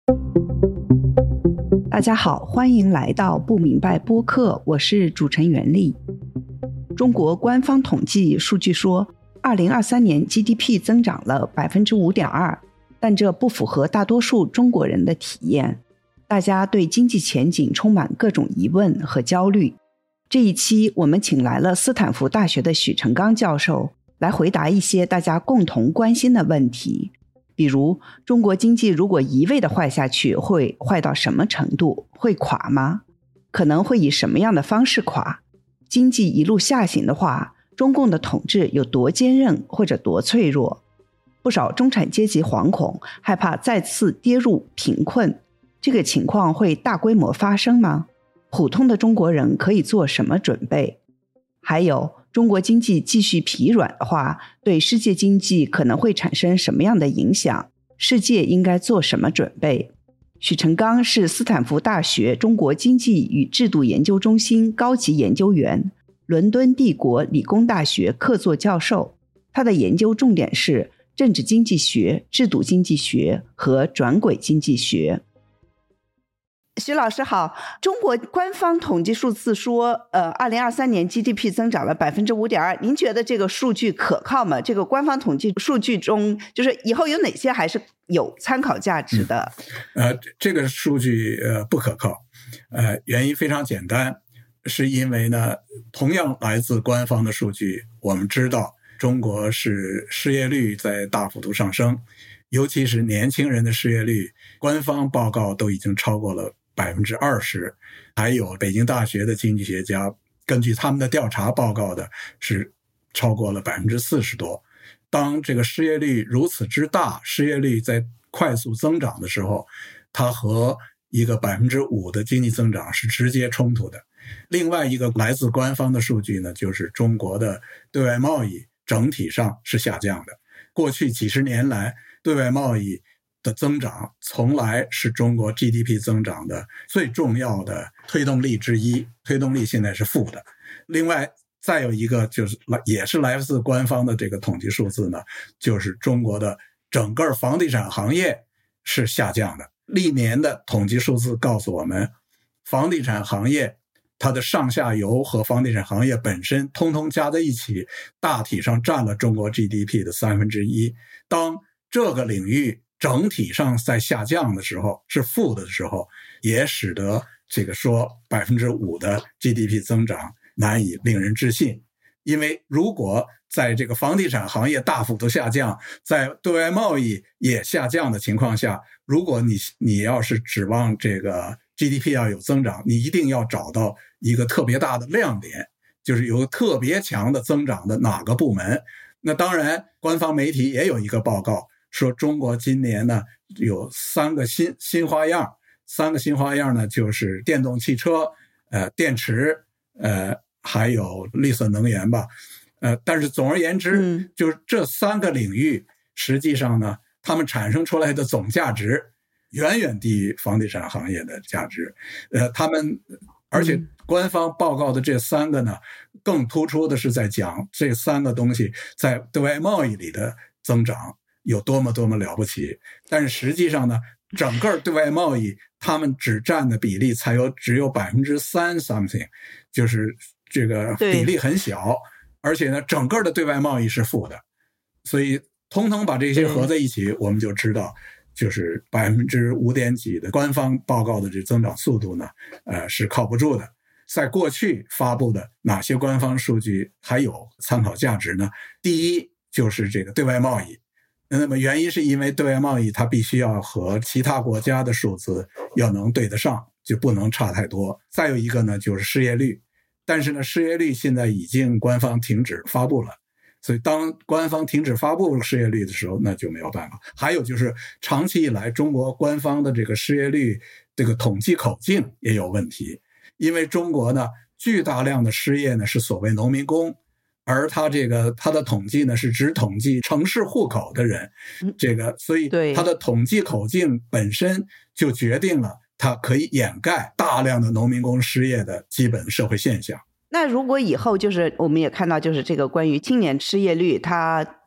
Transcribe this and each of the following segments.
大家好，欢迎来到不明白播客，我是主持人袁丽。中国官方统计数据说2023年 GDP 增长了 5.2%， 但这不符合大多数中国人的体验，大家对经济前景充满各种疑问和焦虑。这一期我们请来了斯坦福大学的许成刚教授来回答一些大家共同关心的问题，比如中国经济如果一味的坏下去，会坏到什么程度？会垮吗？可能会以什么样的方式垮？经济一路下行的话，中共的统治有多坚韧或者多脆弱？不少中产阶级惶恐，害怕再次跌入贫困，这个情况会大规模发生吗？普通的中国人可以做什么准备？还有，中国经济继续疲软的话，对世界经济可能会产生什么样的影响？世界应该做什么准备？许成刚是斯坦福大学中国经济与制度研究中心高级研究员，伦敦帝国理工大学客座教授。他的研究重点是政治经济学、制度经济学和转轨经济学。徐老师好，中国官方统计数字说2023年 GDP 增长了 5.2%， 您觉得这个数据可靠吗？这个官方统计数据中，就是以后有哪些还是有参考价值的？ 这个数据不可靠，原因非常简单，是因为呢，同样来自官方的数据，我们知道中国是失业率在大幅度上升，尤其是年轻人的失业率，官方报告都已经超过了20%，还有北京大学的经济学家根据他们的调查报告的是超过了40%多。当这个失业率如此之大，失业率在快速增长的时候，它和一个5%的经济增长是直接冲突的。另外一个来自官方的数据呢，就是中国的对外贸易整体上是下降的。过去几十年来，对外贸易的增长从来是中国 GDP 增长的最重要的推动力之一，推动力现在是负的。另外再有一个就是也是来自官方的这个统计数字呢，就是中国的整个房地产行业是下降的。历年的统计数字告诉我们，房地产行业它的上下游和房地产行业本身通通加在一起，大体上占了中国 GDP 的1/3。当这个领域整体上在下降的时候，是负的时候，也使得这个说5%的 GDP 增长难以令人置信。因为如果在这个房地产行业大幅度下降，在对外贸易也下降的情况下，如果你要是指望这个 GDP 要有增长，你一定要找到一个特别大的亮点，就是有特别强的增长的哪个部门。那当然官方媒体也有一个报告说，中国今年呢有3个新花样，3个新花样呢就是电动汽车、电池、还有绿色能源吧。但是总而言之，就是这3个领域实际上呢，他们产生出来的总价值远远低于房地产行业的价值。而且官方报告的这3个呢，更突出的是在讲这3个东西在对外贸易里的增长有多么了不起。但是实际上呢，整个对外贸易他们只占的比例只有3% something， 就是这个比例很小，而且呢整个的对外贸易是负的。所以通通把这些合在一起，我们就知道就是5点几的官方报告的这增长速度呢是靠不住的。在过去发布的哪些官方数据还有参考价值呢？第一就是这个对外贸易，那么原因是因为对外贸易它必须要和其他国家的数字要能对得上，就不能差太多。再有一个呢就是失业率，但是呢失业率现在已经官方停止发布了，所以当官方停止发布失业率的时候，那就没有办法。还有就是长期以来中国官方的这个失业率这个统计口径也有问题，因为中国呢巨大量的失业呢是所谓农民工，而他的统计呢是只统计城市户口的人，所以他的统计口径本身就决定了它可以掩盖大量的农民工失业的基本社会现象。 那如果以后就是我们也看到就是这个关于青年失业率它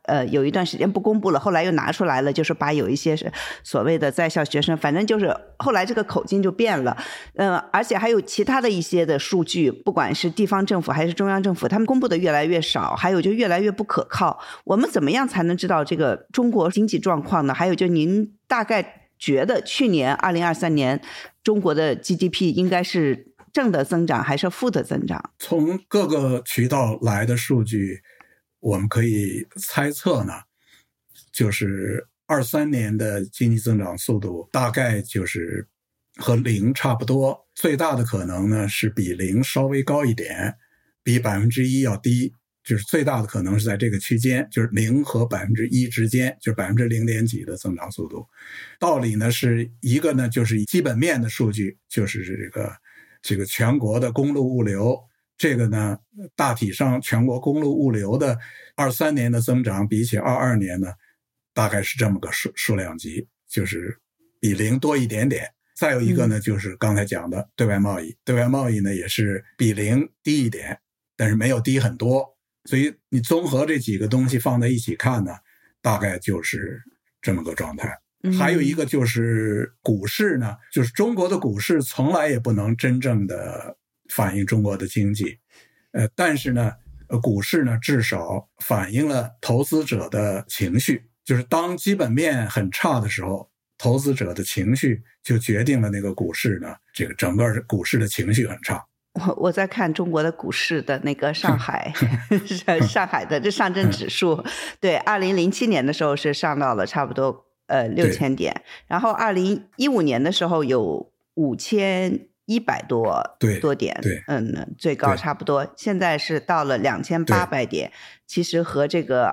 有一段时间不公布了，后来又拿出来了，就是把有一些是所谓的在校学生，反正就是后来这个口径就变了。而且还有其他的一些的数据，不管是地方政府还是中央政府，他们公布的越来越少，还有就越来越不可靠。我们怎么样才能知道这个中国经济状况呢？还有就您大概觉得去年2023年中国的 GDP 应该是正的增长还是负的增长？ 从各个渠道来的数据，我们可以猜测呢，就是23年的经济增长速度大概就是和0差不多，最大的可能呢是比0稍微高一点，比1%要低，就是最大的可能是在这个区间，就是0和1%之间，就是0点几的增长速度。道理呢是一个呢就是基本面的数据，就是这个全国的公路物流，这个呢大体上全国公路物流的23年的增长比起22年呢大概是这么个数量级，就是比0多一点点。再有一个呢就是刚才讲的对外贸易，对外贸易呢也是比0低一点，但是没有低很多，所以你综合这几个东西放在一起看呢，大概就是这么个状态。还有一个就是股市呢，就是中国的股市从来也不能真正的反映中国的经济，但是呢，股市呢至少反映了投资者的情绪，就是当基本面很差的时候，投资者的情绪就决定了那个股市呢，这个整个股市的情绪很差。 我在看中国的股市的那个上海上海的这上证指数，对，2007年的时候是上到了差不多6000点，然后2015年的时候有5100多点， 对， 最高差不多，现在是到了2800点，其实和这个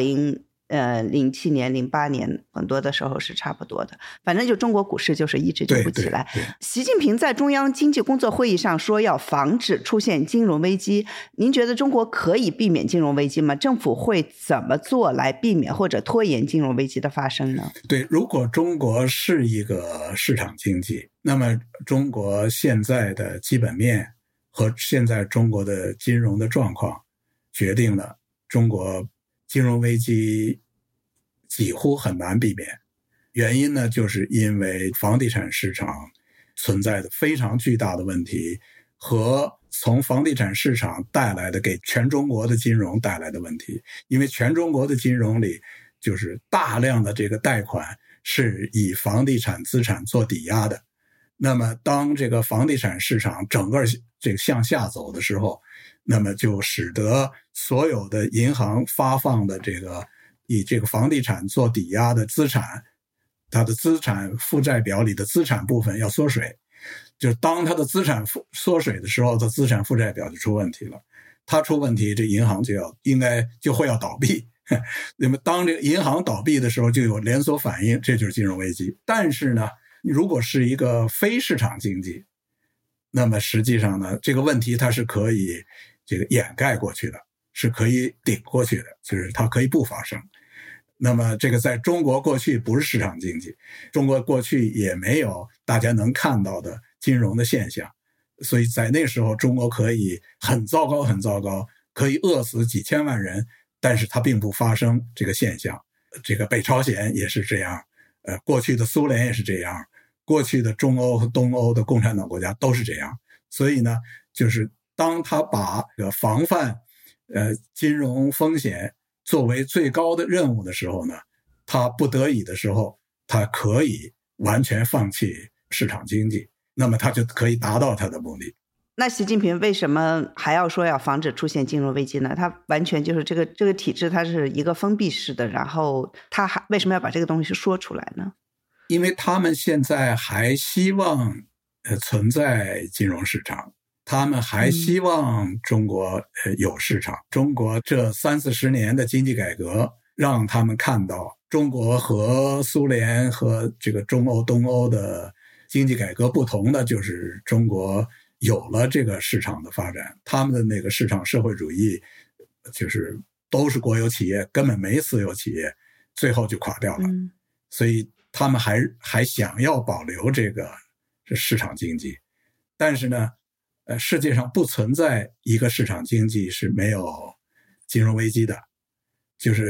07年08年很多的时候是差不多的，反正就中国股市就是一直就不起来。习近平在中央经济工作会议上说要防止出现金融危机，您觉得中国可以避免金融危机吗？政府会怎么做来避免或者拖延金融危机的发生呢？ 对，如果中国是一个市场经济，那么中国现在的基本面和现在中国的金融的状况决定了中国金融危机几乎很难避免。原因呢，就是因为房地产市场存在的非常巨大的问题，和从房地产市场带来的给全中国的金融带来的问题。因为全中国的金融里就是大量的这个贷款是以房地产资产做抵押的，那么当这个房地产市场整个这个向下走的时候，那么就使得所有的银行发放的这个以这个房地产做抵押的资产，它的资产负债表里的资产部分要缩水，就是当它的资产缩水的时候，它资产负债表就出问题了，它出问题，这银行应该会要倒闭。那么当这个银行倒闭的时候，就有连锁反应，这就是金融危机。但是呢，如果是一个非市场经济，那么实际上呢，这个问题它是可以这个掩盖过去的，是可以顶过去的，就是它可以不发生。那么这个在中国过去不是市场经济，中国过去也没有大家能看到的金融的现象，所以在那时候中国可以很糟糕很糟糕，可以饿死几千万人，但是它并不发生这个现象。这个北朝鲜也是这样，过去的苏联也是这样，过去的中欧和东欧的共产党国家都是这样。所以呢，就是当他把这个防范金融风险作为最高的任务的时候呢，他不得已的时候，他可以完全放弃市场经济，那么他就可以达到他的目的。 那习近平为什么还要说要防止出现金融危机呢？他完全就是这个体制，它是一个封闭式的，然后他还为什么要把这个东西说出来呢？ 因为他们现在还希望存在金融市场，他们还希望中国有市场。中国这30-40年的经济改革让他们看到中国和苏联和这个中欧东欧的经济改革不同的就是中国有了这个市场的发展，他们的那个市场社会主义就是都是国有企业，根本没私有企业，最后就垮掉了。所以他们还想要保留这个市场经济，但是呢世界上不存在一个市场经济是没有金融危机的，就是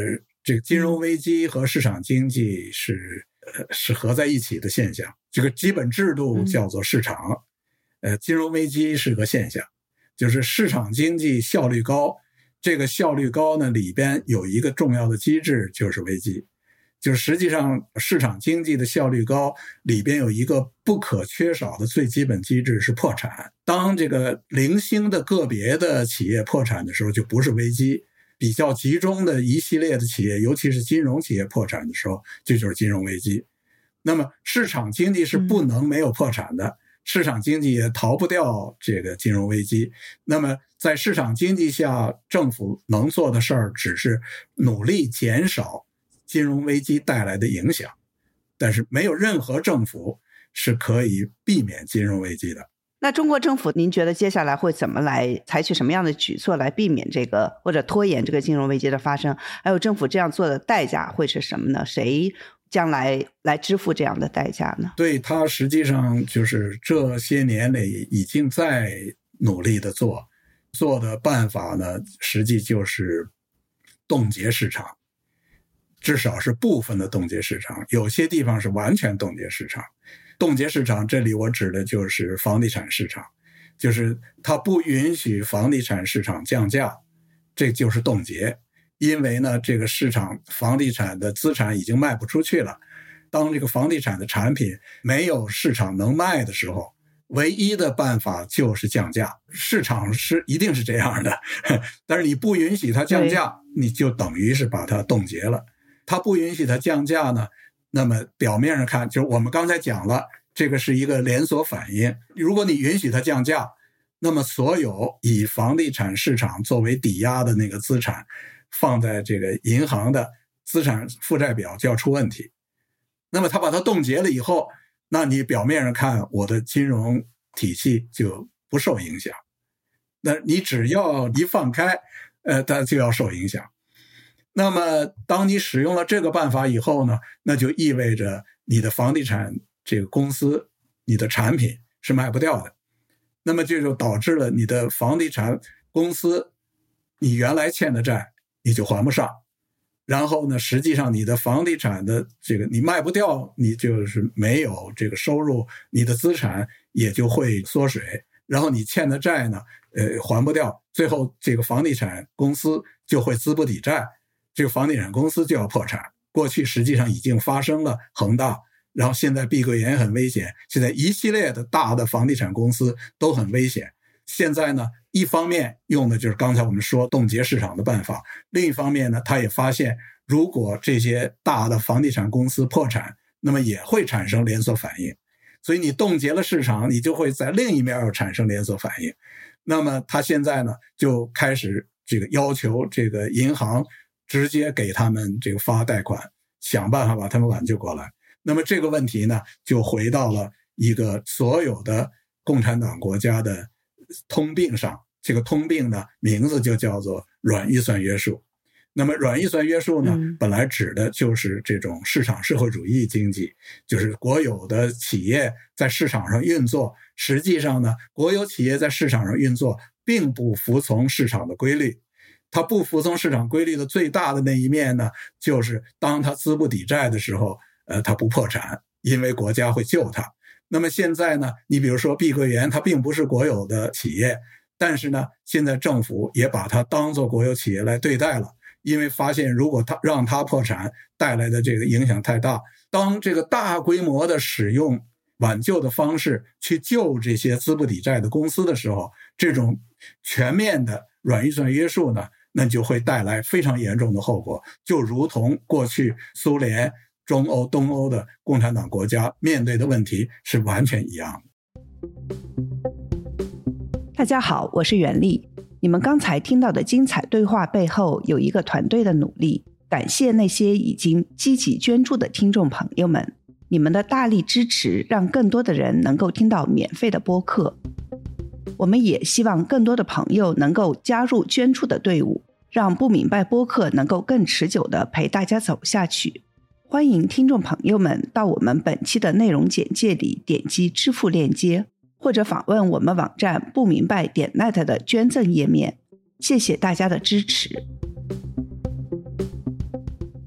这个金融危机和市场经济是合在一起的现象。这个基本制度叫做市场，金融危机是个现象，就是市场经济效率高，这个效率高呢里边有一个重要的机制就是危机。就是实际上市场经济的效率高里边有一个不可缺少的最基本机制是破产。当这个零星的个别的企业破产的时候就不是危机，比较集中的一系列的企业，尤其是金融企业破产的时候，这就是金融危机。那么市场经济是不能没有破产的，市场经济也逃不掉这个金融危机。那么在市场经济下，政府能做的事儿只是努力减少金融危机带来的影响，但是没有任何政府是可以避免金融危机的。 那中国政府您觉得接下来会怎么来采取什么样的举措来避免这个或者拖延这个金融危机的发生？还有政府这样做的代价会是什么呢？谁将来支付这样的代价呢？ 对，它实际上就是这些年里已经在努力的做的办法呢，实际就是冻结市场，至少是部分的冻结市场，有些地方是完全冻结市场。冻结市场这里我指的就是房地产市场，就是它不允许房地产市场降价，这就是冻结。因为呢这个市场房地产的资产已经卖不出去了，当这个房地产的产品没有市场能卖的时候，唯一的办法就是降价。市场是一定是这样的，但是你不允许它降价，你就等于是把它冻结了。它不允许它降价呢，那么表面上看就是我们刚才讲了，这个是一个连锁反应。如果你允许它降价，那么所有以房地产市场作为抵押的那个资产放在这个银行的资产负债表就要出问题。那么它把它冻结了以后，那你表面上看我的金融体系就不受影响，那你只要一放开它就要受影响。那么当你使用了这个办法以后呢，那就意味着你的房地产这个公司你的产品是卖不掉的，那么这就导致了你的房地产公司你原来欠的债你就还不上，然后呢实际上你的房地产的这个你卖不掉，你就是没有这个收入，你的资产也就会缩水，然后你欠的债呢还不掉，最后这个房地产公司就会资不抵债，这个房地产公司就要破产。过去实际上已经发生了恒大，然后现在碧桂园很危险，现在一系列的大的房地产公司都很危险。现在呢一方面用的就是刚才我们说冻结市场的办法，另一方面呢他也发现如果这些大的房地产公司破产，那么也会产生连锁反应，所以你冻结了市场，你就会在另一面又产生连锁反应。那么他现在呢就开始这个要求这个银行直接给他们这个发贷款，想办法把他们挽救过来。那么这个问题呢就回到了一个所有的共产党国家的通病上，这个通病呢名字就叫做软预算约束。那么软预算约束呢本来指的就是这种市场社会主义经济，就是国有的企业在市场上运作，实际上呢国有企业在市场上运作并不服从市场的规律。它不服从市场规律的最大的那一面呢，就是当它资不抵债的时候它不破产，因为国家会救它。那么现在呢你比如说碧桂园它并不是国有的企业，但是呢现在政府也把它当作国有企业来对待了，因为发现如果它让它破产带来的这个影响太大，当这个大规模的使用挽救的方式去救这些资不抵债的公司的时候，这种全面的软预算约束呢那就会带来非常严重的后果，就如同过去苏联、中欧、东欧的共产党国家面对的问题是完全一样的。 大家好，我是袁丽。你们刚才听到的精彩对话背后有一个团队的努力，感谢那些已经积极捐助的听众朋友们，你们的大力支持让更多的人能够听到免费的播客。我们也希望更多的朋友能够加入捐助的队伍，让不明白播客能够更持久地陪大家走下去。欢迎听众朋友们到我们本期的内容简介里点击支付链接，或者访问我们网站不明白.net 的捐赠页面。谢谢大家的支持。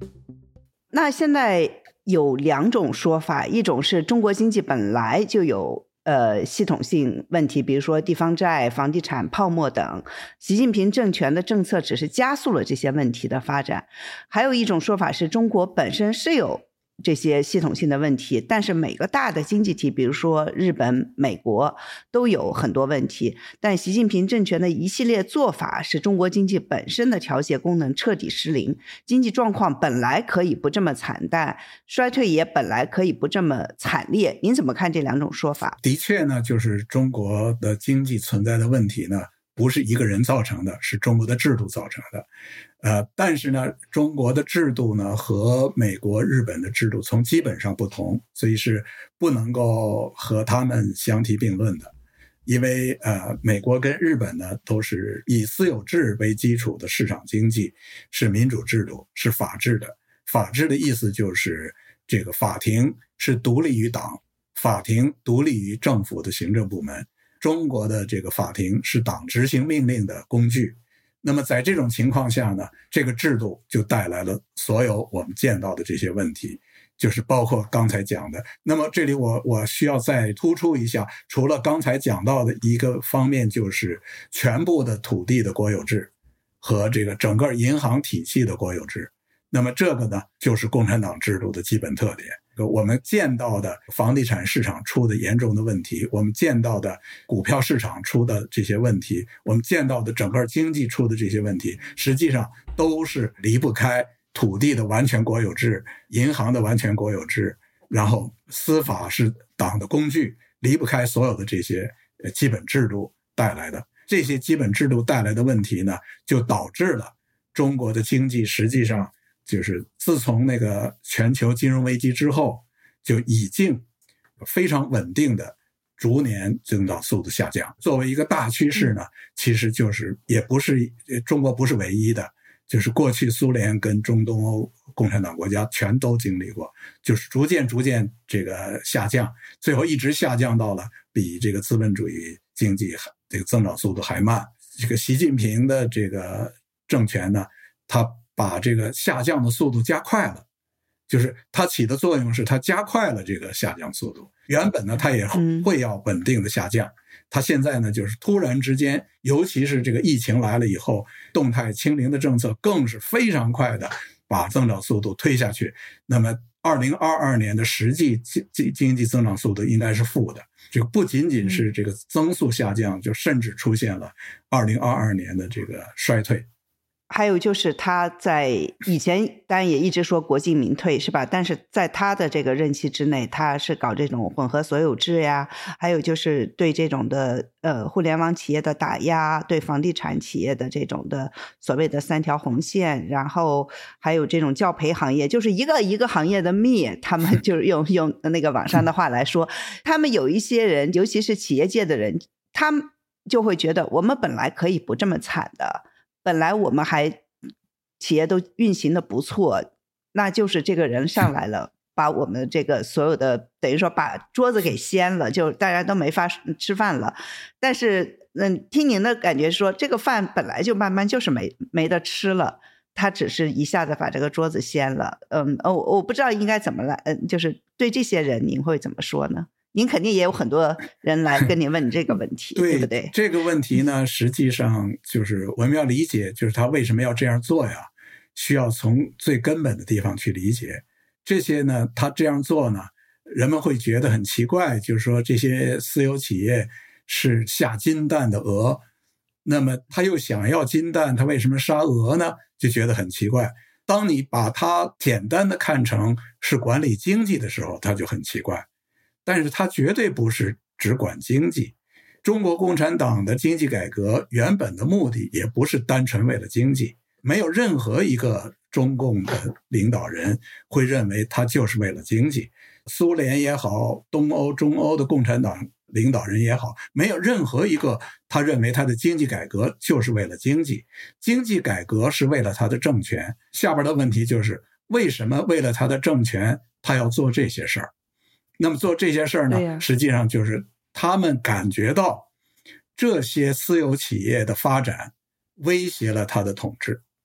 那现在有2种说法，一种是中国经济本来就有系统性问题，比如说地方债、房地产泡沫等，习近平政权的政策只是加速了这些问题的发展。还有一种说法是中国本身是有这些系统性的问题，但是每个大的经济体，比如说日本、美国都有很多问题，但习近平政权的一系列做法使中国经济本身的调节功能彻底失灵，经济状况本来可以不这么惨淡，衰退也本来可以不这么惨烈。您怎么看这2种说法？ 的确呢，就是中国的经济存在的问题呢，不是一个人造成的，是中国的制度造成的。但是呢，中国的制度呢和美国、日本的制度从基本上不同，所以是不能够和他们相提并论的。因为美国跟日本呢都是以私有制为基础的市场经济，是民主制度，是法治的。法治的意思就是这个法庭是独立于党，法庭独立于政府的行政部门。中国的这个法庭是党执行命令的工具。那么在这种情况下呢，这个制度就带来了所有我们见到的这些问题，就是包括刚才讲的。那么这里我需要再突出一下，除了刚才讲到的一个方面，就是全部的土地的国有制和这个整个银行体系的国有制。那么这个呢，就是共产党制度的基本特点。我们见到的房地产市场出的严重的问题，我们见到的股票市场出的这些问题，我们见到的整个经济出的这些问题，实际上都是离不开土地的完全国有制、银行的完全国有制，然后司法是党的工具，离不开所有的这些基本制度带来的。这些基本制度带来的问题呢，就导致了中国的经济实际上就是自从那个全球金融危机之后，就已经非常稳定的逐年增长速度下降。作为一个大趋势呢，其实就是也不是中国不是唯一的，就是过去苏联跟中东欧共产党国家全都经历过，就是逐渐这个下降，最后一直下降到了比这个资本主义经济这个增长速度还慢。这个习近平的这个政权呢，他把这个下降的速度加快了，就是它起的作用是它加快了这个下降速度。原本呢，它也会要稳定的下降，它现在呢，就是突然之间，尤其是这个疫情来了以后，动态清零的政策更是非常快的把增长速度推下去。那么2022年的实际经济增长速度应该是负的，这个不仅仅是这个增速下降，就甚至出现了2022年的这个衰退。 还有就是他在以前当然也一直说国进民退是吧，但是在他的这个任期之内，他是搞这种混合所有制呀，还有就是对这种的互联网企业的打压，对房地产企业的这种的所谓的3条红线，然后还有这种教培行业，就是一个一个行业的灭，他们就是用那个网上的话来说，他们有一些人尤其是企业界的人，他们就会觉得我们本来可以不这么惨的，本来我们还企业都运行的不错，那就是这个人上来了，把我们这个所有的等于说把桌子给掀了，就大家都没法吃饭了。但是听您的感觉说，这个饭本来就慢慢就是没得吃了，他只是一下子把这个桌子掀了。我不知道应该怎么来，就是对这些人您会怎么说呢？您肯定也有很多人来跟您问这个问题对不对？ 这个问题呢，实际上就是我们要理解，就是他为什么要这样做呀，需要从最根本的地方去理解。这些呢，他这样做呢，人们会觉得很奇怪，就是说这些私有企业是下金蛋的鹅，那么他又想要金蛋，他为什么杀鹅呢？就觉得很奇怪。当你把它简单的看成是管理经济的时候，他就很奇怪。但是它绝对不是只管经济。中国共产党的经济改革原本的目的也不是单纯为了经济，没有任何一个中共的领导人会认为他就是为了经济。苏联也好，东欧、中欧的共产党领导人也好，没有任何一个他认为他的经济改革就是为了经济。经济改革是为了他的政权。下边的问题就是为什么为了他的政权他要做这些事儿？那么做这些事儿呢，实际上就是他们感觉到这些私有企业的发展威胁了他的统治，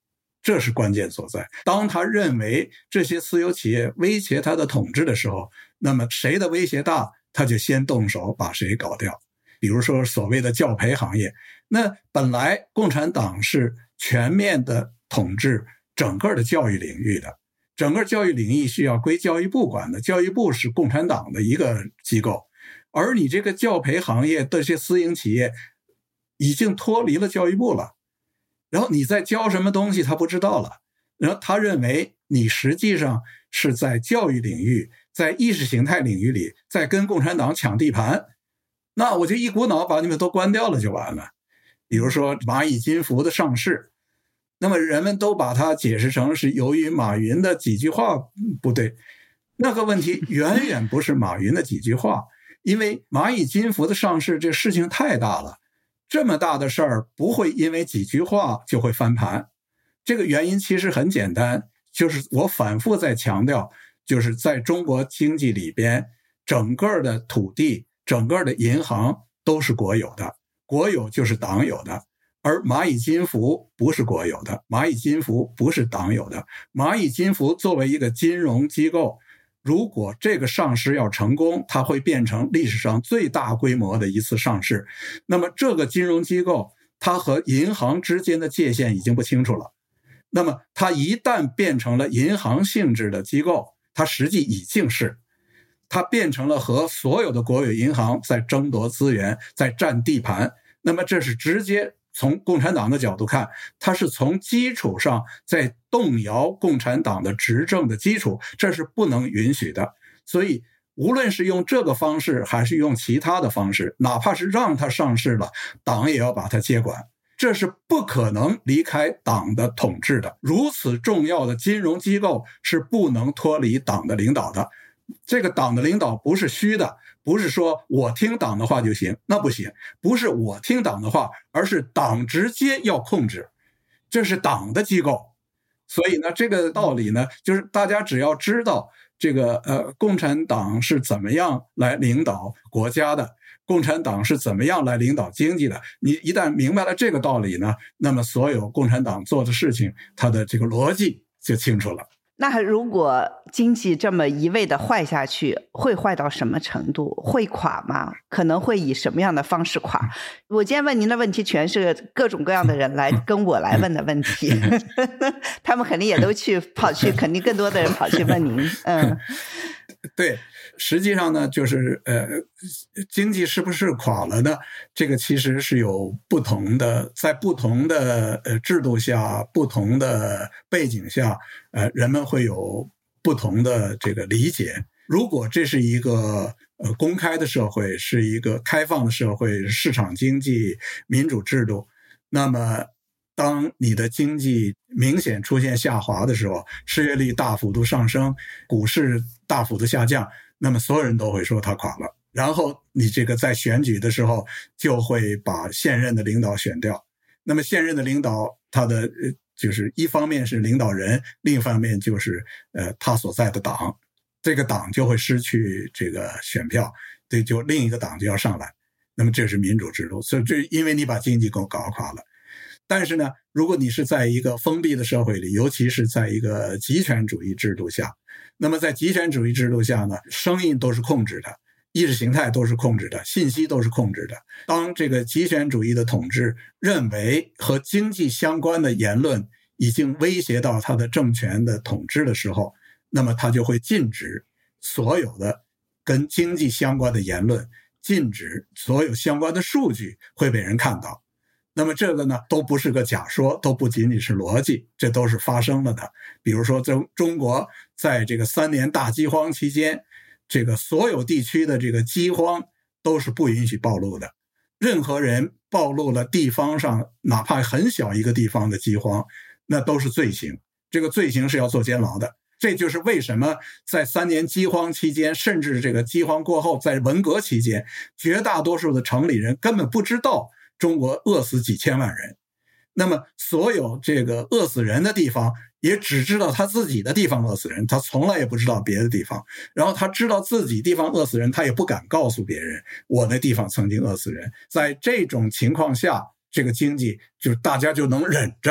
这是关键所在。当他认为这些私有企业威胁他的统治的时候，那么谁的威胁大，他就先动手把谁搞掉。比如说所谓的教培行业，那本来共产党是全面的统治整个的教育领域的，整个教育领域是要归教育部管的，教育部是共产党的一个机构，而你这个教培行业的这些私营企业已经脱离了教育部了，然后你在教什么东西他不知道了，然后他认为你实际上是在教育领域，在意识形态领域里在跟共产党抢地盘，那我就一股脑把你们都关掉了就完了。比如说蚂蚁金服的上市，那么人们都把它解释成是由于马云的几句话，不对，那个问题远远不是马云的几句话，因为蚂蚁金服的上市这事情太大了，这么大的事儿不会因为几句话就会翻盘。这个原因其实很简单，就是我反复在强调，就是在中国经济里边，整个的土地，整个的银行都是国有的，国有就是党有的，而蚂蚁金服不是国有的，蚂蚁金服不是党有的。蚂蚁金服作为一个金融机构，如果这个上市要成功，它会变成历史上最大规模的一次上市。那么这个金融机构，它和银行之间的界限已经不清楚了。那么它一旦变成了银行性质的机构，它实际已经是，它变成了和所有的国有银行在争夺资源，在占地盘。那么这是直接从共产党的角度看，它是从基础上在动摇共产党的执政的基础，这是不能允许的。所以无论是用这个方式还是用其他的方式，哪怕是让它上市了，党也要把它接管，这是不可能离开党的统治的。如此重要的金融机构是不能脱离党的领导的。这个党的领导不是虚的，不是说我听党的话就行，那不行，不是我听党的话，而是党直接要控制，这是党的机构。所以呢，这个道理呢，就是大家只要知道这个共产党是怎么样来领导国家的，共产党是怎么样来领导经济的，你一旦明白了这个道理呢，那么所有共产党做的事情，它的这个逻辑就清楚了。 那如果经济这么一味的坏下去，会坏到什么程度？会垮吗？可能会以什么样的方式垮？我今天问您的问题全是各种各样的人来跟我来问的问题他们肯定也都跑去肯定更多的人跑去问您。 对，实际上呢，就是经济是不是垮了呢？这个其实是有不同的，在不同的制度下、不同的背景下，人们会有不同的这个理解。如果这是一个公开的社会，是一个开放的社会，市场经济、民主制度，那么当你的经济明显出现下滑的时候，失业率大幅度上升，股市大幅度下降，那么所有人都会说它垮了。然后你这个在选举的时候就会把现任的领导选掉。那么现任的领导他的就是一方面是领导人，另一方面就是他所在的党，这个党就会失去这个选票，对，就另一个党就要上来。那么这是民主制度，所以这因为你把经济搞垮了。但是呢，如果你是在一个封闭的社会里，尤其是在一个极权主义制度下，那么在极权主义制度下呢，声音都是控制的，意识形态都是控制的，信息都是控制的。当这个极权主义的统治认为和经济相关的言论已经威胁到他的政权的统治的时候，那么他就会禁止所有的跟经济相关的言论，禁止所有相关的数据会被人看到。那么这个呢，都不是个假说，都不仅仅是逻辑，这都是发生了的。比如说中国在这个3年大饥荒期间，这个所有地区的这个饥荒都是不允许暴露的。任何人暴露了地方上哪怕很小一个地方的饥荒，那都是罪行，这个罪行是要坐监牢的。这就是为什么在3年饥荒期间，甚至这个饥荒过后，在文革期间，绝大多数的城里人根本不知道中国饿死几千万人。那么所有这个饿死人的地方也只知道他自己的地方饿死人，他从来也不知道别的地方。然后他知道自己地方饿死人，他也不敢告诉别人我那地方曾经饿死人。在这种情况下，这个经济就是大家就能忍着。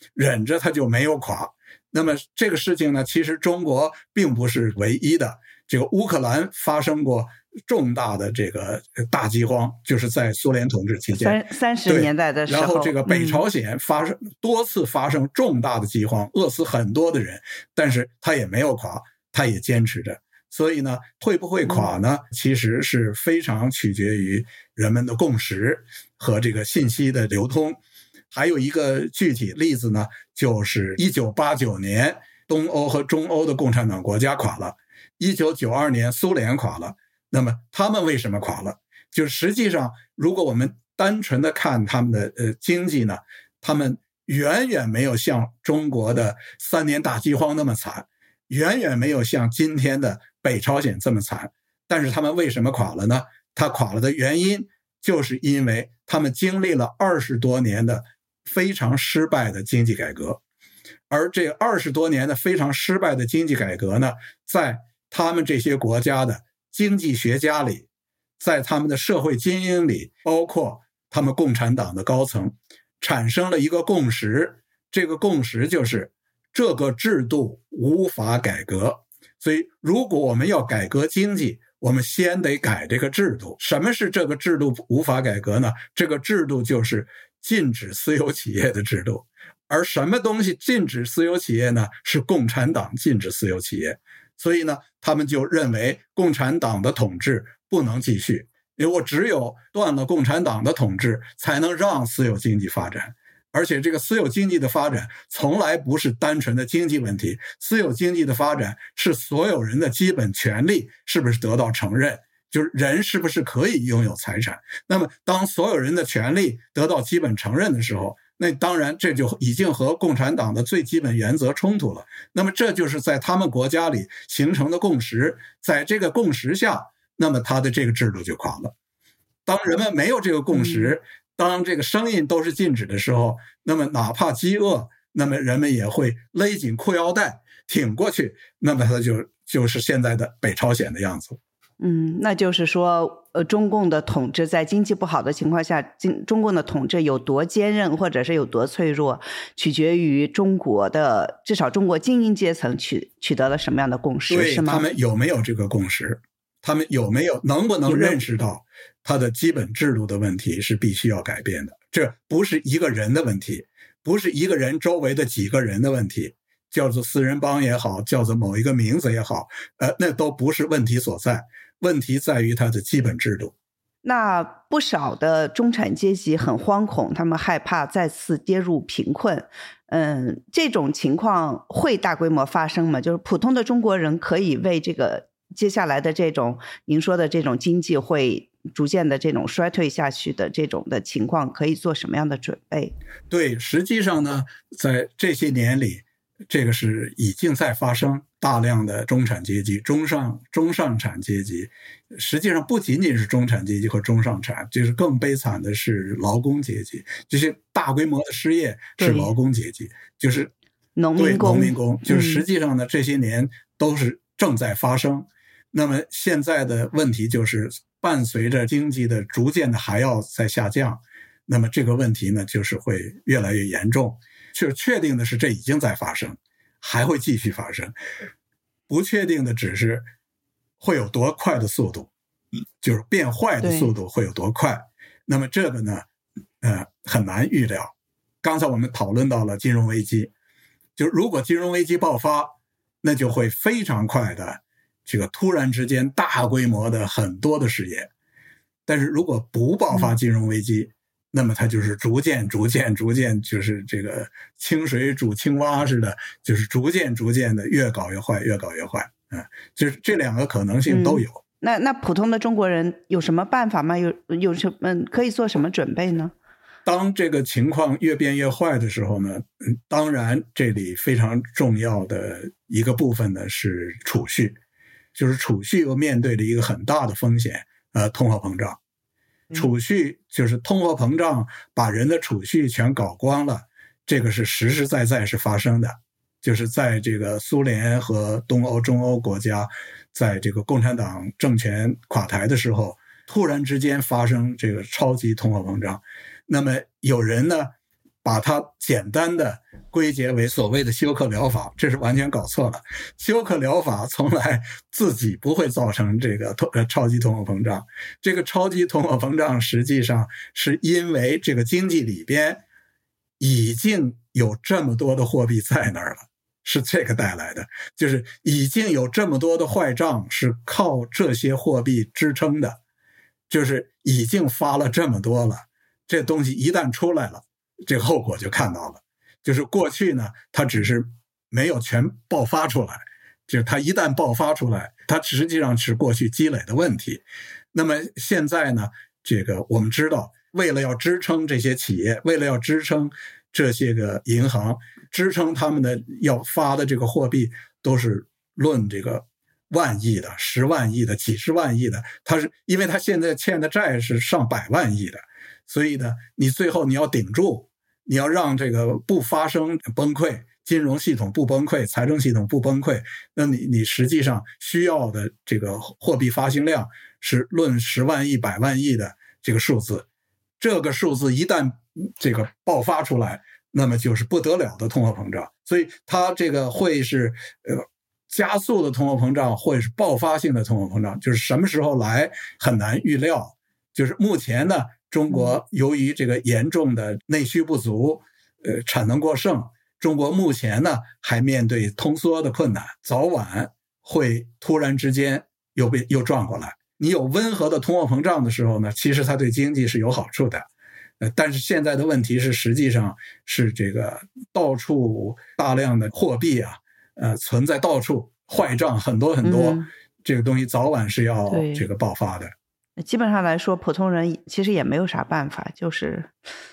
忍着它就没有垮。那么这个事情呢，其实中国并不是唯一的，这个乌克兰发生过重大的这个大饥荒，就是在苏联统治期间 30年代的时候， 然后这个北朝鲜多次发生重大的饥荒，饿死很多的人，但是他也没有垮，他也坚持着。所以呢，会不会垮呢？其实是非常取决于人们的共识和这个信息的流通。还有一个具体例子呢，就是1989年东欧和中欧的共产党国家垮了，1992年苏联垮了。那么他们为什么垮了？就实际上如果我们单纯的看他们的经济呢，他们远远没有像中国的3年大饥荒那么惨，远远没有像今天的北朝鲜这么惨。但是他们为什么垮了呢？他垮了的原因就是因为他们经历了20多年的非常失败的经济改革。而这20多年的非常失败的经济改革呢，在他们这些国家的经济学家里，在他们的社会精英里，包括他们共产党的高层，产生了一个共识。这个共识就是这个制度无法改革。所以如果我们要改革经济，我们先得改这个制度。什么是这个制度无法改革呢？这个制度就是禁止私有企业的制度。而什么东西禁止私有企业呢？是共产党禁止私有企业。所以呢，他们就认为共产党的统治不能继续，因为我只有断了共产党的统治，才能让私有经济发展。而且这个私有经济的发展从来不是单纯的经济问题，私有经济的发展是所有人的基本权利是不是得到承认，就是人是不是可以拥有财产。那么当所有人的权利得到基本承认的时候，那当然这就已经和共产党的最基本原则冲突了。那么这就是在他们国家里形成的共识，在这个共识下，那么他的这个制度就垮了。当人们没有这个共识，当这个生意都是禁止的时候，那么哪怕饥饿，那么人们也会勒紧裤腰带挺过去，那么它就是现在的北朝鲜的样子。 那就是说中共的统治在经济不好的情况下，中共的统治有多坚韧或者是有多脆弱，取决于中国的至少中国精英阶层取得了什么样的共识，是吗？ 他们有没有这个共识，他们能不能认识到他的基本制度的问题是必须要改变的。这不是一个人的问题，不是一个人周围的几个人的问题，叫做四人帮也好，叫做某一个名字也好，那都不是问题所在。问题在于它的基本制度。 那不少的中产阶级很惶恐，他们害怕再次跌入贫困。这种情况会大规模发生吗？就是普通的中国人可以为这个接下来的这种您说的这种经济会逐渐的这种衰退下去的这种的情况，可以做什么样的准备？ 对，实际上呢，在这些年里，这个是已经在发生。大量的中产阶级、中上产阶级，实际上不仅仅是中产阶级和中上产，就是更悲惨的是劳工阶级。这些大规模的失业是劳工阶级，就是农民工，就是实际上呢，这些年都是正在发生。那么现在的问题就是，伴随着经济的逐渐的还要在下降，那么这个问题呢，就是会越来越严重。就是确定的是，这已经在发生。还会继续发生，不确定的只是会有多快的速度，就是变坏的速度会有多快。那么这个呢，很难预料。刚才我们讨论到了金融危机，就如果金融危机爆发，那就会非常快的这个突然之间大规模的很多的失业。但是如果不爆发金融危机，那么它就是逐渐，就是这个清水煮青蛙似的，就是逐渐的越搞越坏。就是这两个可能性都有。 那普通的中国人有什么办法吗？有什么可以做什么准备呢？ 当这个情况越变越坏的时候呢，当然这里非常重要的一个部分呢是储蓄，就是储蓄又面对着一个很大的风险，通货膨胀。储蓄就是通货膨胀把人的储蓄全搞光了，这个是实实在在是发生的。就是在这个苏联和东欧、中欧国家，在这个共产党政权垮台的时候，突然之间发生这个超级通货膨胀。那么有人呢把它简单的归结为所谓的休克疗法，这是完全搞错了。休克疗法从来自己不会造成这个超级通货膨胀，这个超级通货膨胀实际上是因为这个经济里边已经有这么多的货币在那儿了，是这个带来的，就是已经有这么多的坏账是靠这些货币支撑的，就是已经发了这么多了，这东西一旦出来了，这个后果就看到了。就是过去呢，它只是没有全爆发出来，就是它一旦爆发出来，它实际上是过去积累的问题。那么现在呢，这个我们知道，为了要支撑这些企业，为了要支撑这些个银行，支撑他们的要发的这个货币，都是论这个万亿的、10万亿的、几十万亿的，它是因为它现在欠的债是上百万亿的，所以呢，你最后你要顶住，你要让这个不发生崩溃，金融系统不崩溃，财政系统不崩溃，那你实际上需要的这个货币发行量是论10万亿、100万亿的这个数字，这个数字一旦这个爆发出来，那么就是不得了的通货膨胀。所以它这个会是加速的通货膨胀，会是爆发性的通货膨胀，就是什么时候来很难预料。就是目前呢，中国由于这个严重的内需不足，产能过剩，中国目前呢还面对通缩的困难，早晚会突然之间又转过来。你有温和的通货膨胀的时候呢，其实它对经济是有好处的。但是现在的问题是，实际上是这个到处大量的货币啊，存在到处，坏账很多很多，这个东西早晚是要这个爆发的。 基本上来说，普通人其实也没有啥办法，就是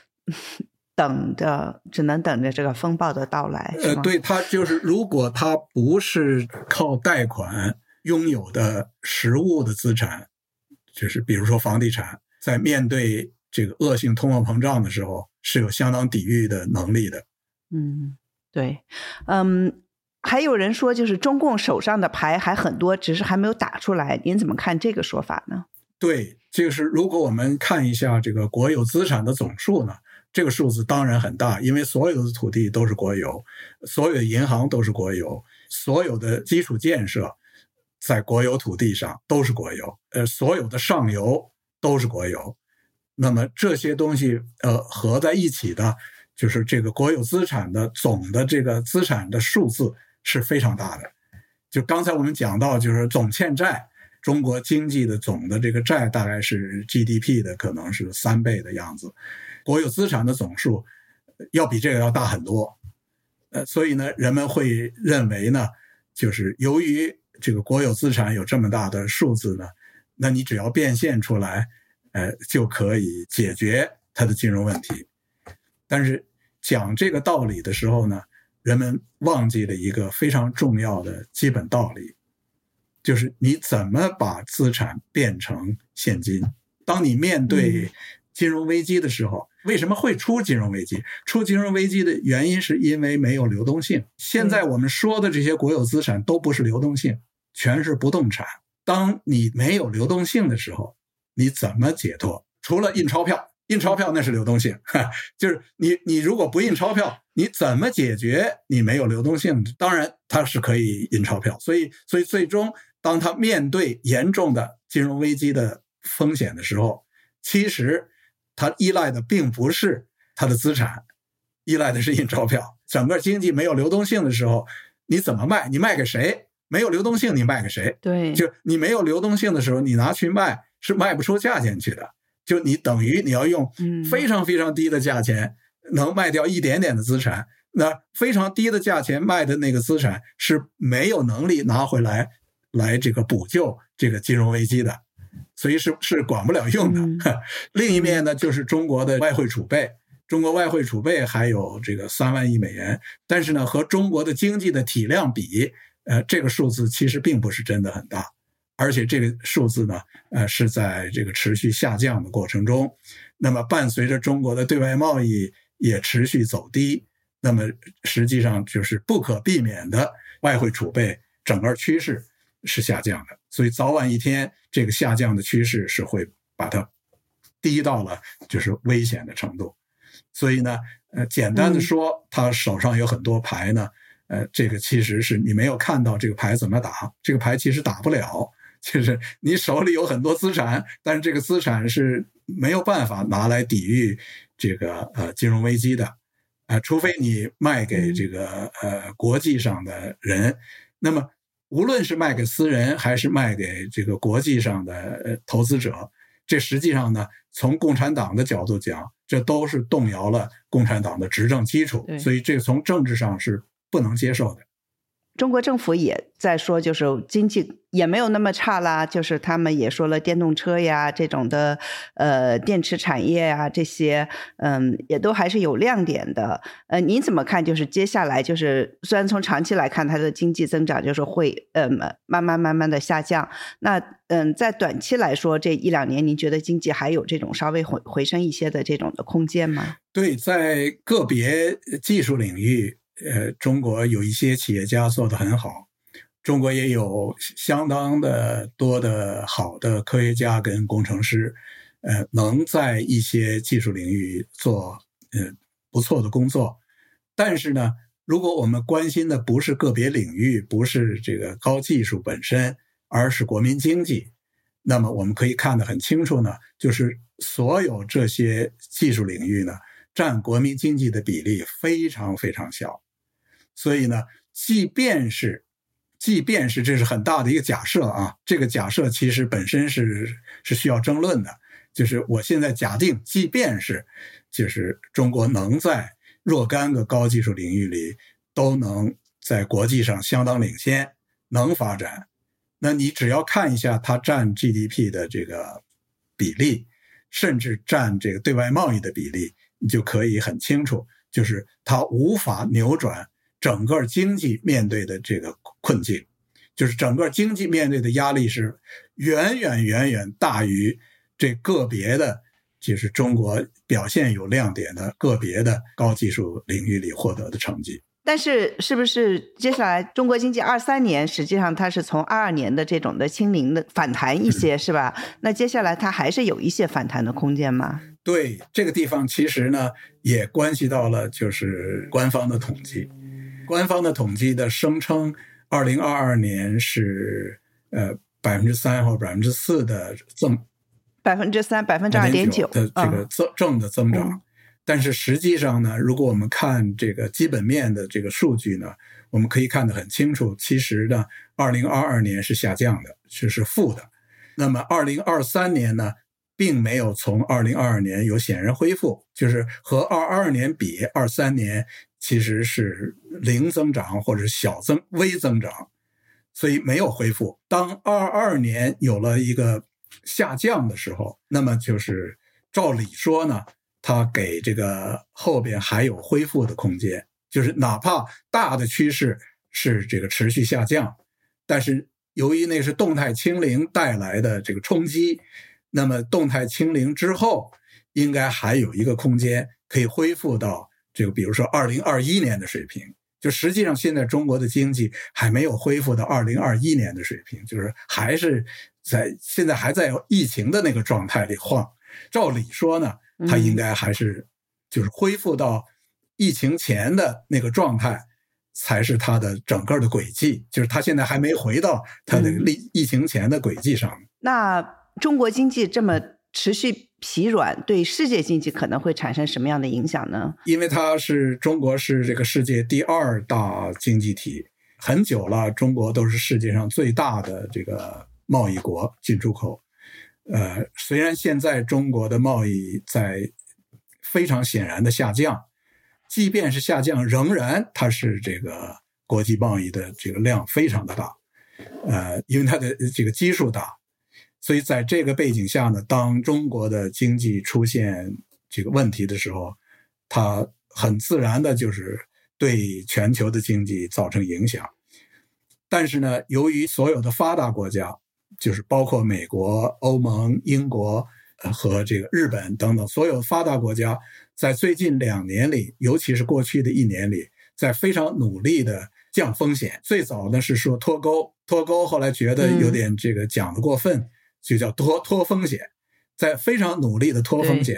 只能等着这个风暴的到来。 对，他就是如果他不是靠贷款拥有的实物的资产，就是比如说房地产，在面对这个恶性通货膨胀的时候，是有相当抵御的能力的。 对，还有人说，就是中共手上的牌还很多，只是还没有打出来。您怎么看这个说法呢？ 对，就是如果我们看一下这个国有资产的总数呢，这个数字当然很大，因为所有的土地都是国有，所有的银行都是国有，所有的基础建设在国有土地上都是国有，所有的上游都是国有。那么这些东西合在一起的，就是这个国有资产的总的这个资产的数字是非常大的。就刚才我们讲到，就是总欠债，中国经济的总的这个债大概是 GDP 的可能是3倍的样子，国有资产的总数要比这个要大很多。所以呢，人们会认为呢，就是由于这个国有资产有这么大的数字呢，那你只要变现出来，就可以解决它的金融问题。但是讲这个道理的时候呢，人们忘记了一个非常重要的基本道理，就是你怎么把资产变成现金。当你面对金融危机的时候，为什么会出金融危机？出金融危机的原因是因为没有流动性。现在我们说的这些国有资产都不是流动性，全是不动产。当你没有流动性的时候，你怎么解脱？除了印钞票，印钞票那是流动性，就是你如果不印钞票，你怎么解决你没有流动性？当然它是可以印钞票，所以最终当他面对严重的金融危机的风险的时候，其实他依赖的并不是他的资产，依赖的是印钞票。整个经济没有流动性的时候，你怎么卖？你卖给谁？没有流动性，你卖给谁？ 对， 就你没有流动性的时候，你拿去卖是卖不出价钱去的。就你等于你要用非常非常低的价钱能卖掉一点点的资产，那非常低的价钱卖的那个资产是没有能力拿回来这个补救这个金融危机的，所以是管不了用的。另一面呢，就是中国的外汇储备，中国外汇储备还有这个3万亿美元，但是呢，和中国的经济的体量比，这个数字其实并不是真的很大。而且这个数字呢，是在这个持续下降的过程中，那么伴随着中国的对外贸易也持续走低，那么实际上就是不可避免的外汇储备整个趋势是下降的，所以早晚一天这个下降的趋势是会把它低到了就是危险的程度。 所以呢，简单的说，他手上有很多牌呢，这个其实是你没有看到这个牌怎么打，这个牌其实打不了，就是你手里有很多资产，但是这个资产是没有办法拿来抵御这个金融危机的，除非你卖给这个国际上的人，那么无论是卖给私人还是卖给这个国际上的投资者，这实际上呢，从共产党的角度讲，这都是动摇了共产党的执政基础，所以这个从政治上是不能接受的。 中国政府也在说，就是经济也没有那么差啦，就是他们也说了电动车呀这种的电池产业啊这些也都还是有亮点的。您怎么看，就是接下来就是虽然从长期来看它的经济增长就是会慢慢的下降，那在短期来说这1-2年您觉得经济还有这种稍微回升一些的这种的空间吗？ 对，在个别技术领域中国有一些企业家做得很好，中国也有相当的多的好的科学家跟工程师，能在一些技术领域做不错的工作。但是呢，如果我们关心的不是个别领域，不是这个高技术本身，而是国民经济，那么我们可以看得很清楚呢，就是所有这些技术领域呢，占国民经济的比例非常非常小。所以呢，即便是这是很大的一个假设啊，这个假设其实本身是需要争论的，就是我现在假定即便是就是中国能在若干个高技术领域里都能在国际上相当领先，能发展，那你只要看一下它占 GDP 的这个比例，甚至占这个对外贸易的比例，你就可以很清楚，就是它无法扭转整个经济面对的这个困境，就是整个经济面对的压力是远远大于这个别的，就是中国表现有亮点的个别的高技术领域里获得的成绩。 但是是不是接下来中国经济23年实际上它是从22年的这种的清零的反弹一些是吧？那接下来它还是有一些反弹的空间吗？ 对，这个地方其实呢也关系到了就是官方的统计，官方的统计的声称2022年是3%或4%的增 ，3%、2.9% 的这个正的增长。但是实际上呢，如果我们看这个基本面的这个数据呢，我们可以看得很清楚，其实呢2022年是下降的，是负的。那么2023年呢并没有从2022年有显然恢复，就是和22年比23年其实是零增长或者微增长，所以没有恢复。当22年有了一个下降的时候，那么就是照理说呢，它给这个后边还有恢复的空间，就是哪怕大的趋势是这个持续下降，但是由于那是动态清零带来的这个冲击，那么动态清零之后应该还有一个空间可以恢复到这个比如说2021年的水平。就实际上现在中国的经济还没有恢复到2021年的水平，就是还是现在还在疫情的那个状态里晃。照理说呢，它应该还是就是恢复到疫情前的那个状态才是它的整个的轨迹，就是它现在还没回到它的疫情前的轨迹上。 那中国经济这么持续疲软，对世界经济可能会产生什么样的影响呢？ 因为中国是这个世界第2大经济体，很久了，中国都是世界上最大的这个贸易国，进出口。虽然现在中国的贸易在非常显然的下降，即便是下降，仍然它是这个国际贸易的这个量非常的大，因为它的这个基数大，所以在这个背景下呢，当中国的经济出现这个问题的时候，它很自然的就是对全球的经济造成影响。但是呢，由于所有的发达国家，就是包括美国、欧盟、英国和这个日本等等所有发达国家，在最近2年里，尤其是过去的1年里，在非常努力的降风险。最早呢是说脱钩，后来觉得有点这个讲得过分，就叫脱风险，在非常努力的脱风险，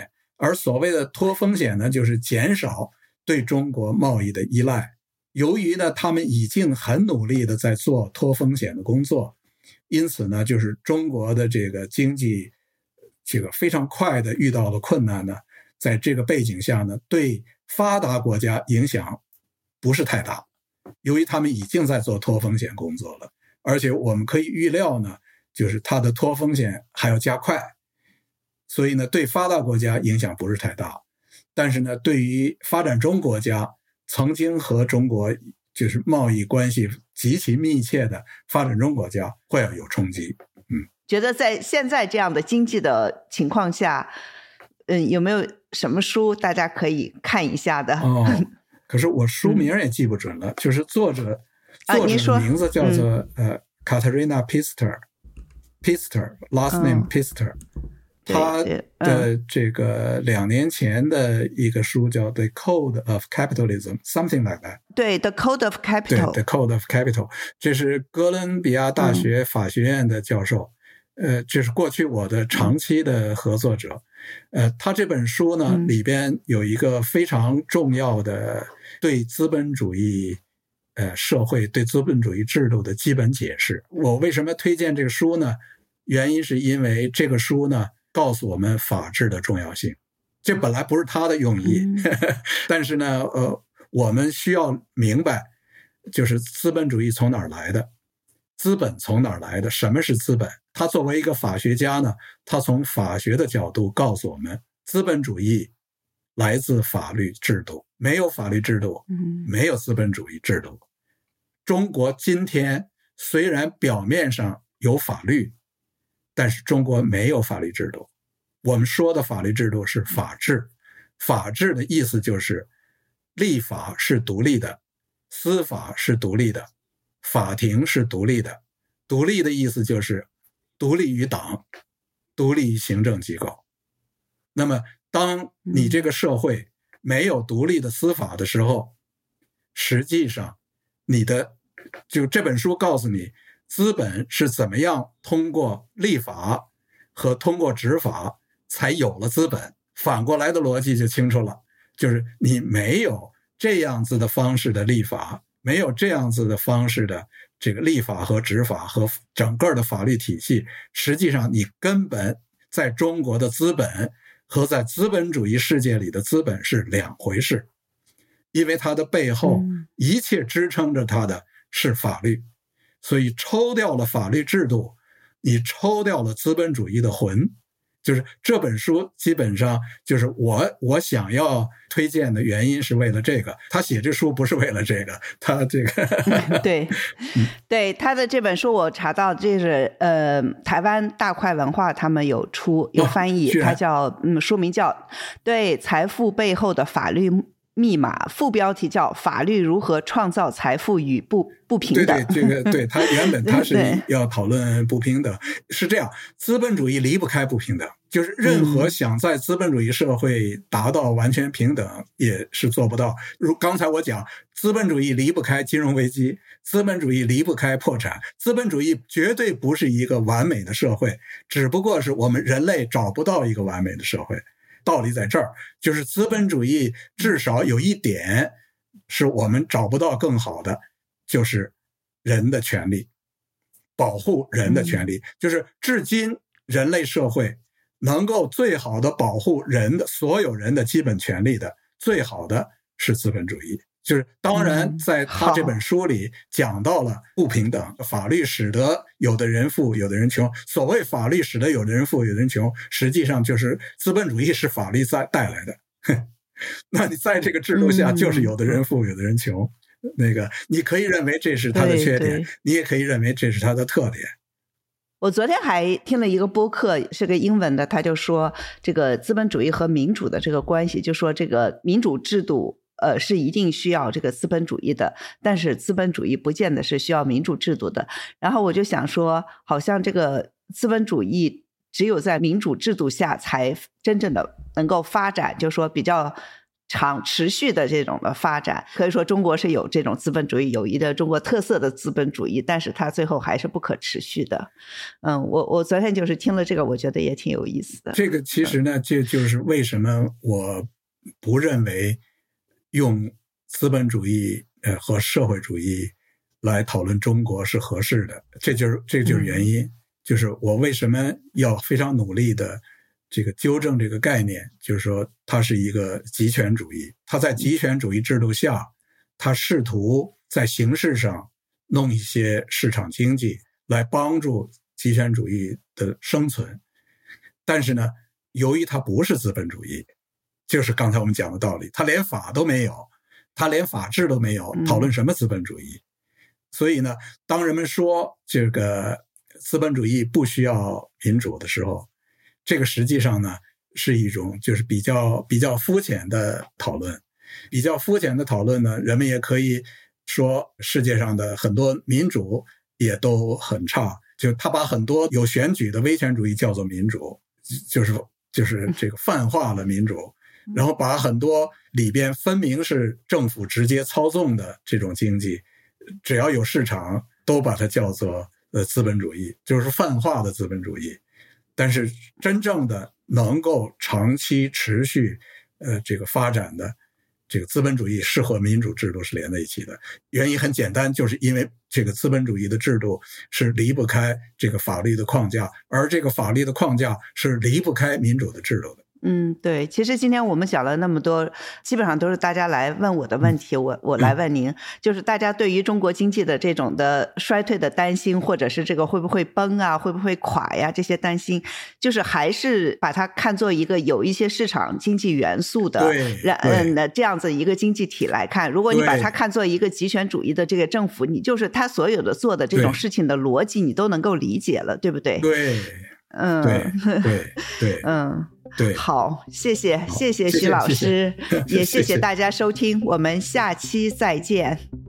而所谓的脱风险呢，就是减少对中国贸易的依赖。由于呢，他们已经很努力的在做脱风险的工作，因此呢，就是中国的这个经济非常快的遇到了困难呢，在这个背景下呢，对发达国家影响不是太大，由于他们已经在做脱风险工作了，而且我们可以预料呢，就是它的脱风险还要加快，所以呢，对发达国家影响不是太大，但是呢，对于发展中国家，曾经和中国就是贸易关系极其密切的发展中国家会要有冲击。 觉得在现在这样的经济的情况下，有没有什么书大家可以看一下的？ 可是我书名也记不准了，就是作者的名字叫做Katerina Pister last name Pister。他的这个2年前的一个书叫 The Code of Capitalism something like that。 对， The Code of Capital。 对， The Code of Capital， 这是哥伦比亚大学法学院的教授，这是过去我的长期的合作者。他这本书呢，里边有一个非常重要的对资本主义社会对资本主义制度的基本解释。我为什么推荐这个书呢？原因是因为这个书呢告诉我们法治的重要性，这本来不是他的用意，但是呢，我们需要明白，就是资本主义从哪儿来的，资本从哪儿来的，什么是资本？他作为一个法学家呢，他从法学的角度告诉我们，资本主义来自法律制度，没有法律制度，没有资本主义制度。中国今天虽然表面上有法律，但是中国没有法律制度。我们说的法律制度是法治，法治的意思就是立法是独立的，司法是独立的，法庭是独立的。独立的意思就是独立于党，独立于行政机构。那么当你这个社会没有独立的司法的时候，实际上就这本书告诉你，资本是怎么样通过立法和通过执法才有了资本。反过来的逻辑就清楚了，就是你没有这样子的方式的立法，没有这样子的方式的这个立法和执法和整个的法律体系，实际上你根本在中国的资本和在资本主义世界里的资本是两回事，因为它的背后一切支撑着它的是法律。所以抽掉了法律制度，你抽掉了资本主义的魂。就是这本书基本上就是我想要推荐的原因是为了这个。他写这书不是为了这个，他这个对他的这本书我查到，这是台湾大块文化他们有翻译，它叫书名叫对财富背后的法律密码，副标题叫法律如何创造财富与不平等。 对，这个对，他原本他是要讨论不平等。是这样，资本主义离不开不平等，就是任何想在资本主义社会达到完全平等也是做不到。如刚才我讲，资本主义离不开金融危机，资本主义离不开破产，资本主义绝对不是一个完美的社会，只不过是我们人类找不到一个完美的社会。道理在这儿，就是资本主义至少有一点是我们找不到更好的，就是人的权利，保护人的权利。就是至今人类社会能够最好的保护所有人的基本权利的，最好的是资本主义。就是当然在他这本书里讲到了不平等，法律使得有的人富有的人穷。所谓法律使得有的人富有的人穷，实际上就是资本主义是法律带来的。那你在这个制度下就是有的人富有的人穷，那个你可以认为这是他的缺点，你也可以认为这是他的特点。 我昨天还听了一个播客，是个英文的，他就说这个资本主义和民主的这个关系，就说这个民主制度是一定需要这个资本主义的，但是资本主义不见得是需要民主制度的。然后我就想说，好像这个资本主义只有在民主制度下才真正的能够发展，就是说比较持续的这种的发展。可以说中国是有这种资本主义，有一个中国特色的资本主义，但是它最后还是不可持续的。我昨天就是听了这个，我觉得也挺有意思的。 这个其实呢，这就是为什么我不认为用资本主义和社会主义来讨论中国是合适的。这就是原因，就是我为什么要非常努力的这个纠正这个概念，就是说它是一个极权主义，它在极权主义制度下，它试图在形式上弄一些市场经济来帮助极权主义的生存。但是呢，由于它不是资本主义，就是刚才我们讲的道理，它连法都没有，它连法治都没有，讨论什么资本主义？所以呢，当人们说这个资本主义不需要民主的时候，这个实际上呢是一种就是比较肤浅的讨论。比较肤浅的讨论呢，人们也可以说世界上的很多民主也都很差，就他把很多有选举的威权主义叫做民主，就是这个泛化了民主，然后把很多里边分明是政府直接操纵的这种经济，只要有市场都把它叫做资本主义，就是泛化的资本主义。但是真正的能够长期持续这个发展的这个资本主义是和民主制度是连在一起的。原因很简单，就是因为这个资本主义的制度是离不开这个法律的框架，而这个法律的框架是离不开民主的制度的。 对，其实今天我们讲了那么多，基本上都是大家来问我的问题，我来问您，就是大家对于中国经济的这种的衰退的担心，或者是这个会不会崩啊，会不会垮呀，这些担心，就是还是把它看作一个有一些市场经济元素的这样子一个经济体来看。如果你把它看作一个极权主义的这个政府，你就是他所有的做的这种事情的逻辑你都能够理解了，对不对？ 对，对， 好，谢谢徐老师，也谢谢大家收听，我们下期再见。